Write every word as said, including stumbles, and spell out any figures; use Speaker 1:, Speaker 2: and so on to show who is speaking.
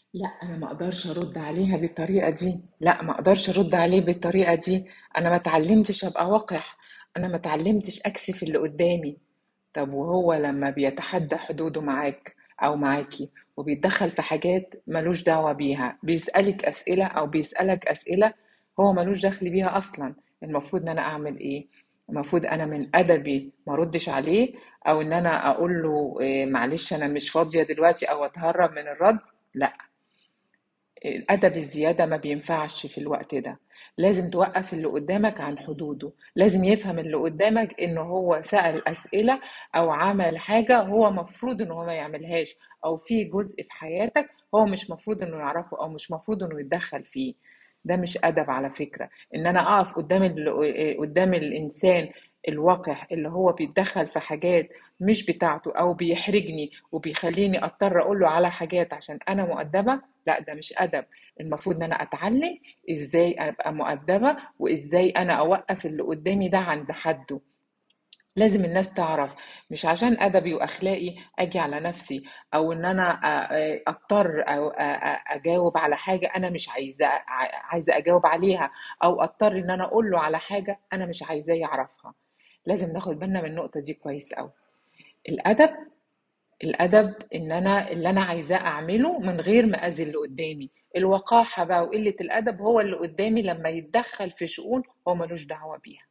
Speaker 1: لا، انا ما اقدرش ارد عليها بالطريقه دي. لا، ما اقدرش ارد عليه بالطريقه دي. انا ما اتعلمتش ابقى وقح. انا ما اتعلمتش اكسف اللي قدامي. طب وهو لما بيتحدى حدوده معاك او معاكي وبيتدخل في حاجات ملوش دعوه بيها، بيسالك اسئله او بيسالك اسئله هو ملوش دخل بيها اصلا، المفروض ان انا اعمل ايه؟ المفروض انا من ادبي ما اردش عليه، او ان انا اقول له إيه، معلش انا مش فاضيه دلوقتي، او اتهرب من الرد؟ لا، الأدب الزيادة ما بينفعش في الوقت ده. لازم توقف اللي قدامك عن حدوده، لازم يفهم اللي قدامك إنه هو سأل أسئلة أو عمل حاجة هو مفروض إنه هو ما يعملهاش، أو في جزء في حياتك هو مش مفروض إنه يعرفه أو مش مفروض إنه يتدخل فيه. ده مش أدب على فكرة، إن أنا أقف قدام ال- قدام الإنسان الوقح اللي هو بيتدخل في حاجات مش بتاعته أو بيحرجني وبيخليني أضطر أقوله على حاجات عشان أنا مؤدبة. لا، ده مش أدب. المفروض ان انا اتعلم ازاي ابقى مؤدبة، وازاي انا اوقف اللي قدامي ده عند حده. لازم الناس تعرف، مش عشان ادبي واخلاقي اجي على نفسي، او ان انا أ- اضطر او أ- أ- اجاوب على حاجة انا مش عايزة ع- عايزة اجاوب عليها، او اضطر ان انا اقول له على حاجة انا مش عايزاه يعرفها. لازم ناخد بالنا من النقطة دي كويس قوي. الادب الأدب إن أنا اللي أنا عايزاه أعمله من غير ما أذي اللي قدامي. الوقاحة بقى وقلة الأدب هو اللي قدامي لما يتدخل في شؤون هو ملوش دعوة بيها.